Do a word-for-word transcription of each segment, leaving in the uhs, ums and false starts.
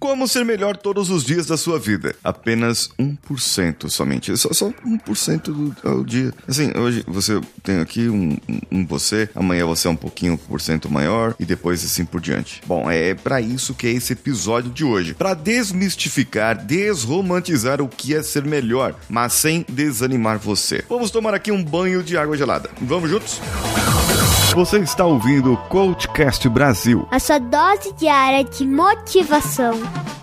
Como ser melhor todos os dias da sua vida. Apenas um por cento somente. Só, só um por cento do, ao dia. Assim, hoje você tem aqui um, um, um você, amanhã você é um pouquinho por cento maior e depois assim por diante. Bom, é pra isso que é esse episódio de hoje. Pra desmistificar, desromantizar o que é ser melhor, mas sem desanimar você. Vamos tomar aqui um banho de água gelada. Vamos juntos? Você está ouvindo o CoachCast Brasil, a sua dose diária de motivação.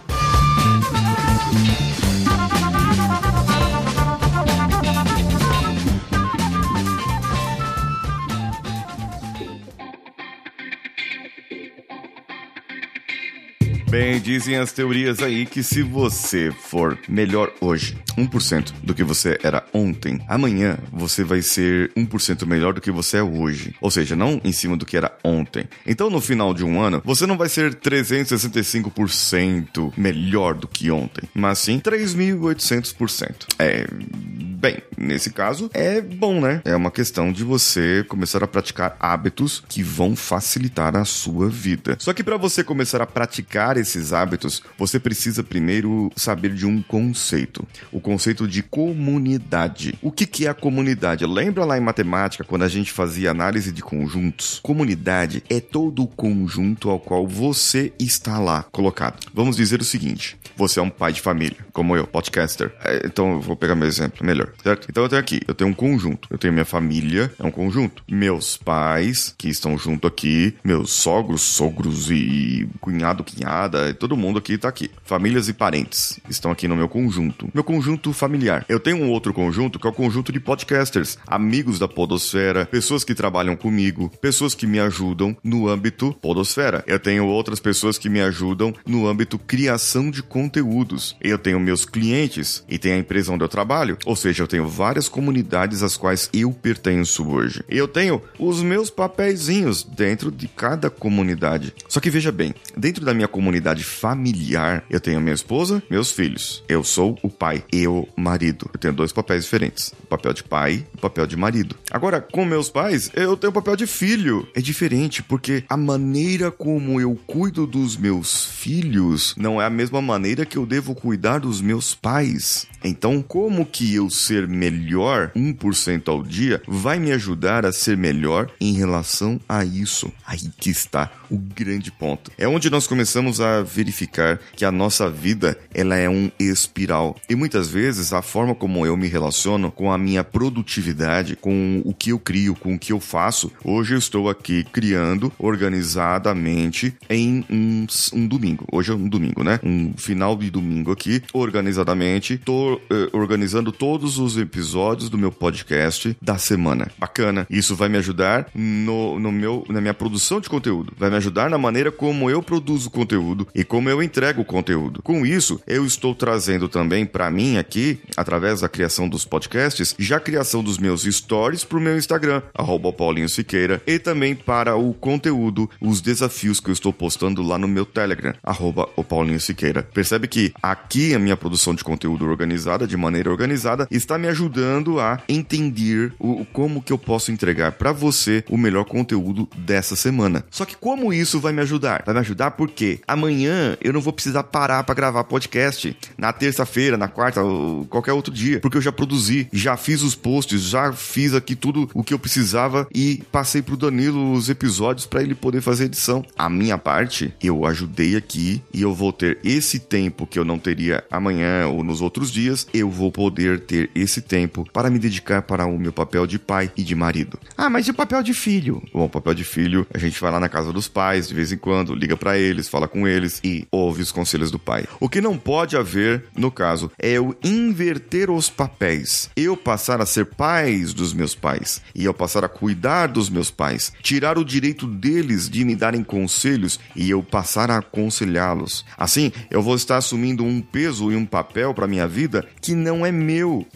Bem, dizem as teorias aí que se você for melhor hoje, um por cento do que você era ontem, amanhã você vai ser um por cento melhor do que você é hoje. Ou seja, não em cima do que era ontem. Então, no final de um ano, você não vai ser trezentos e sessenta e cinco por cento melhor do que ontem, mas sim três mil e oitocentos por cento. É... Bem, nesse caso, é bom, né? É uma questão de você começar a praticar hábitos que vão facilitar a sua vida. Só que para você começar a praticar esses hábitos, você precisa primeiro saber de um conceito. O conceito de comunidade. O que, que é a comunidade? Lembra lá em matemática, quando a gente fazia análise de conjuntos? Comunidade é todo o conjunto ao qual você está lá colocado. Vamos dizer o seguinte, você é um pai de família, como eu, podcaster. É, então eu vou pegar meu exemplo melhor. Certo? Então eu tenho aqui, eu tenho um conjunto. Eu tenho minha família, é um conjunto. Meus pais, que estão junto aqui. Meus sogros, sogros e cunhado, cunhada. Todo mundo aqui tá aqui. Famílias e parentes estão aqui no meu conjunto. Meu conjunto familiar. Eu tenho um outro conjunto que é o conjunto de podcasters. Amigos da podosfera, pessoas que trabalham comigo, pessoas que me ajudam no âmbito podosfera. Eu tenho outras pessoas que me ajudam no âmbito criação de conteúdos. Eu tenho meus clientes e tem a empresa onde eu trabalho. Ou seja, eu tenho várias comunidades às quais eu pertenço hoje. E eu tenho os meus papeizinhos dentro de cada comunidade. Só que veja bem, dentro da minha comunidade familiar, eu tenho minha esposa, meus filhos. Eu sou o pai e o marido. Eu tenho dois papéis diferentes. O papel de pai e o papel de marido. Agora, com meus pais, eu tenho o papel de filho. É diferente, porque a maneira como eu cuido dos meus filhos não é a mesma maneira que eu devo cuidar dos meus pais. Então, como que eu ser melhor um por cento ao dia vai me ajudar a ser melhor em relação a isso? Aí que está o grande ponto. É onde nós começamos a verificar que a nossa vida, ela é um espiral. E muitas vezes a forma como eu me relaciono com a minha produtividade, com o que eu crio, com o que eu faço, hoje eu estou aqui criando organizadamente em um, um domingo. Hoje é um domingo, né? Um final de domingo aqui, organizadamente, tô organizando todos os episódios do meu podcast da semana. Bacana. Isso vai me ajudar no, no meu, na minha produção de conteúdo. Vai me ajudar na maneira como eu produzo conteúdo e como eu entrego o conteúdo. Com isso, eu estou trazendo também para mim aqui, através da criação dos podcasts, já a criação dos meus stories pro meu Instagram, arroba Paulinho Siqueira, e também para o conteúdo, os desafios que eu estou postando lá no meu Telegram, arroba o Paulinho Siqueira. Percebe que aqui a minha produção de conteúdo organizada, de maneira organizada, está me ajudando a entender o, como que eu posso entregar para você o melhor conteúdo dessa semana. Só que como isso vai me ajudar? Vai me ajudar porque amanhã eu não vou precisar parar para gravar podcast na terça-feira, na quarta ou qualquer outro dia, porque eu já produzi, já fiz os posts, já fiz aqui tudo o que eu precisava e passei pro Danilo os episódios para ele poder fazer edição. A minha parte, eu ajudei aqui e eu vou ter esse tempo que eu não teria amanhã ou nos outros dias, eu vou poder ter esse tempo para me dedicar para o meu papel de pai e de marido. Ah, mas e o papel de filho? Bom, o papel de filho, a gente vai lá na casa dos pais de vez em quando, liga para eles, fala com eles e ouve os conselhos do pai. O que não pode haver, no caso, é eu inverter os papéis. Eu passar a ser pais dos meus pais e eu passar a cuidar dos meus pais, tirar o direito deles de me darem conselhos e eu passar a aconselhá-los. Assim, eu vou estar assumindo um peso e um papel para minha vida que não é meu e vai fazer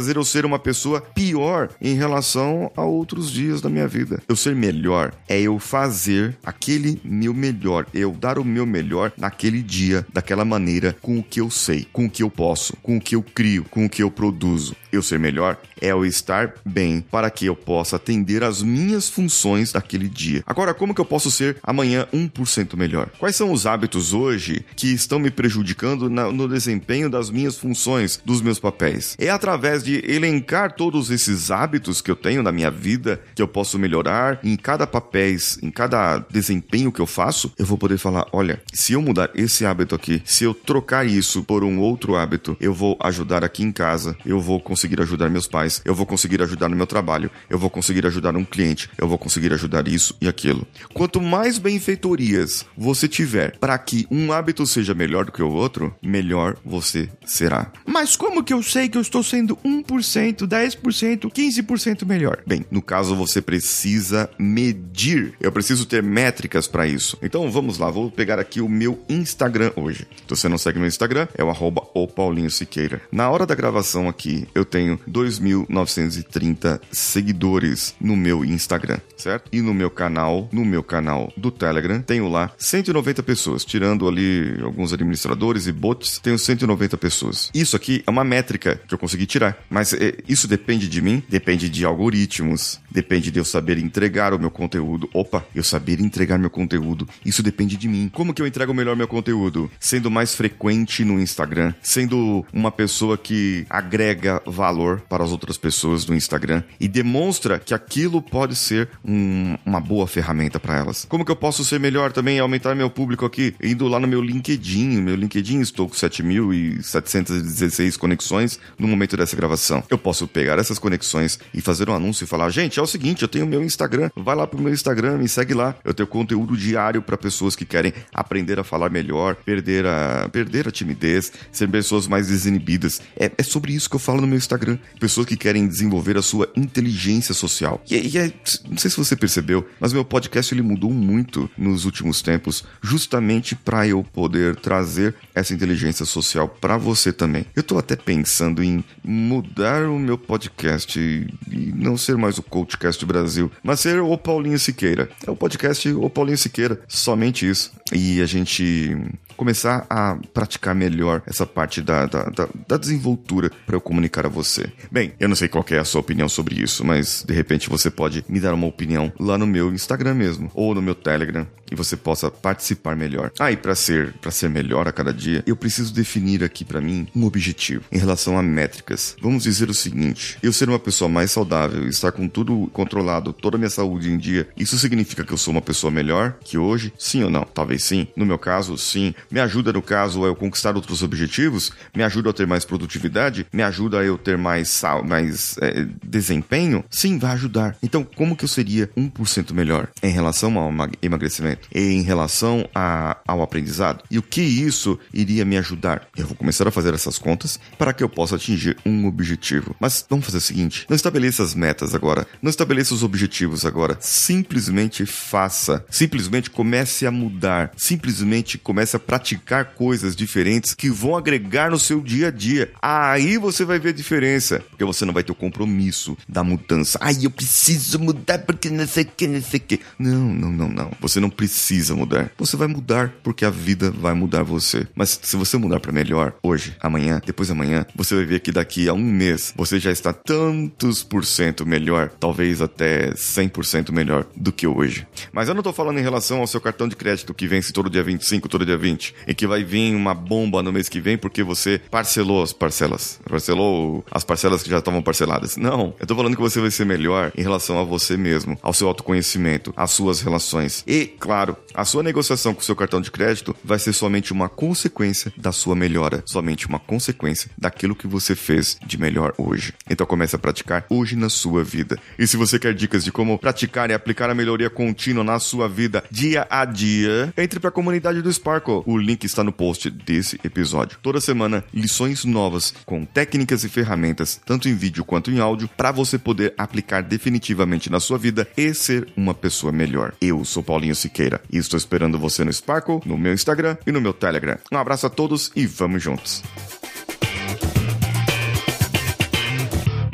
fazer eu ser uma pessoa pior em relação a outros dias da minha vida. Eu ser melhor é eu fazer aquele meu melhor, eu dar o meu melhor naquele dia, daquela maneira, com o que eu sei, com o que eu posso, com o que eu crio, com o que eu produzo. Eu ser melhor é eu estar bem para que eu possa atender às minhas funções daquele dia. Agora, como que eu posso ser amanhã um por cento melhor? Quais são os hábitos hoje que estão me prejudicando na, no desempenho das minhas funções, dos meus papéis? É através de elencar todos esses hábitos que eu tenho na minha vida, que eu posso melhorar em cada papéis, em cada desempenho que eu faço, eu vou poder falar, olha, se eu mudar esse hábito aqui, se eu trocar isso por um outro hábito, eu vou ajudar aqui em casa, eu vou conseguir ajudar meus pais, eu vou conseguir ajudar no meu trabalho, eu vou conseguir ajudar um cliente, eu vou conseguir ajudar isso e aquilo. Quanto mais benfeitorias você tiver para que um hábito seja melhor do que o outro, melhor você será. Mas como que eu sei que eu estou sendo um por cento, dez por cento, quinze por cento melhor? Bem, no caso você precisa medir. Eu preciso ter métricas para isso. Então vamos lá, vou pegar aqui o meu Instagram hoje. Se você não segue meu Instagram, é o arroba o Paulinho Siqueira. Na hora da gravação aqui, eu tenho dois mil novecentos e trinta seguidores no meu Instagram, certo? E no meu canal, no meu canal do Telegram, tenho lá cento e noventa pessoas, tirando ali alguns administradores e bots, tenho cento e noventa pessoas. Isso aqui é uma métrica que eu consegui tirar, mas é, isso depende de mim, depende de algoritmos, depende de eu saber entregar o meu conteúdo. Opa, eu saber entregar meu conteúdo, isso depende de mim. Como que eu entrego melhor meu conteúdo? Sendo mais frequente no Instagram, sendo uma pessoa que agrega valor para as outras pessoas no Instagram e demonstra que aquilo pode ser um, uma boa ferramenta para elas. Como que eu posso ser melhor também e aumentar meu público aqui? Indo lá no meu LinkedIn, meu LinkedIn estou com sete mil setecentas e dezesseis conexões no momento dessa gravação. Eu posso pegar essas conexões e fazer um anúncio e falar, gente, é o seguinte, eu tenho meu Instagram, vai lá pro meu Instagram, me segue lá. Eu tenho conteúdo diário para pessoas que querem aprender a falar melhor, perder a, perder a timidez, ser pessoas mais desinibidas. É, é sobre isso que eu falo no meu Instagram. Pessoas que querem desenvolver a sua inteligência social. E, e é, não sei se você percebeu, mas meu podcast ele mudou muito nos últimos tempos, justamente para eu poder trazer essa inteligência social para você também. Eu tô até pensando em mudar o meu podcast e, e não ser mais o Coachcast Brasil, mas ser o Paulinho Siqueira. É o podcast O Paulinho Siqueira, somente isso. E a gente começar a praticar melhor essa parte da, da, da, da desenvoltura para eu comunicar a você. Bem, eu não sei qual que é a sua opinião sobre isso, mas de repente você pode me dar uma opinião lá no meu Instagram mesmo, ou no meu Telegram, e você possa participar melhor. Ah, e para ser, para ser melhor a cada dia, eu preciso definir aqui para mim um objetivo em relação a métricas. Vamos dizer o seguinte, eu ser uma pessoa mais saudável, estar com tudo controlado, toda a minha saúde em dia, isso significa que eu sou uma pessoa melhor que hoje? Sim ou não? Talvez sim. No meu caso, sim. Me ajuda, no caso, a eu conquistar outros objetivos? Me ajuda a ter mais produtividade? Me ajuda a eu ter mais, sal, mais é, desempenho? Sim, vai ajudar. Então, como que eu seria um por cento melhor em relação ao emagrecimento? E em relação a, ao aprendizado? E o que isso iria me ajudar? Eu vou começar a fazer essas contas para que eu possa atingir um objetivo. Mas vamos fazer o seguinte, não estabeleça as metas agora, não estabeleça os objetivos agora, simplesmente faça, simplesmente comece a mudar, simplesmente comece a praticar coisas diferentes que vão agregar no seu dia a dia. Aí você vai ver a diferença, porque você não vai ter o compromisso da mudança. Ai, eu preciso mudar porque não sei o que, não sei o que. Não, não, não, não. Você não precisa mudar. Você vai mudar porque a vida vai mudar você. Mas se você mudar para melhor, hoje, amanhã, depois amanhã, você vai ver que daqui a um mês você já está tantos por cento melhor, talvez até cem por cento melhor do que hoje. Mas eu não tô falando em relação ao seu cartão de crédito que vence todo dia vinte e cinco, todo dia vinte, e que vai vir uma bomba no mês que vem porque você parcelou as parcelas, parcelou as parcelas que já estavam parceladas. Não, eu tô falando que você vai ser melhor em relação a você mesmo, ao seu autoconhecimento, às suas relações. E, claro, a sua negociação com o seu cartão de crédito vai ser somente uma consequência da sua melhora, somente uma consequência daquilo que você fez de melhor hoje. Então comece a praticar hoje na sua vida. E se você quer dicas de como praticar e aplicar a melhoria contínua na sua vida dia a dia, entre para a comunidade do Sparkle. O link está no post desse episódio. Toda semana, lições novas com técnicas e ferramentas, tanto em vídeo quanto em áudio, para você poder aplicar definitivamente na sua vida e ser uma pessoa melhor. Eu sou Paulinho Siqueira e estou esperando você no Sparkle, no meu Instagram e no meu Telegram. Um abraço a todos e vamos juntos!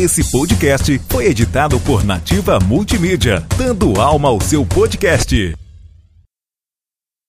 Esse podcast foi editado por Nativa Multimídia, dando alma ao seu podcast.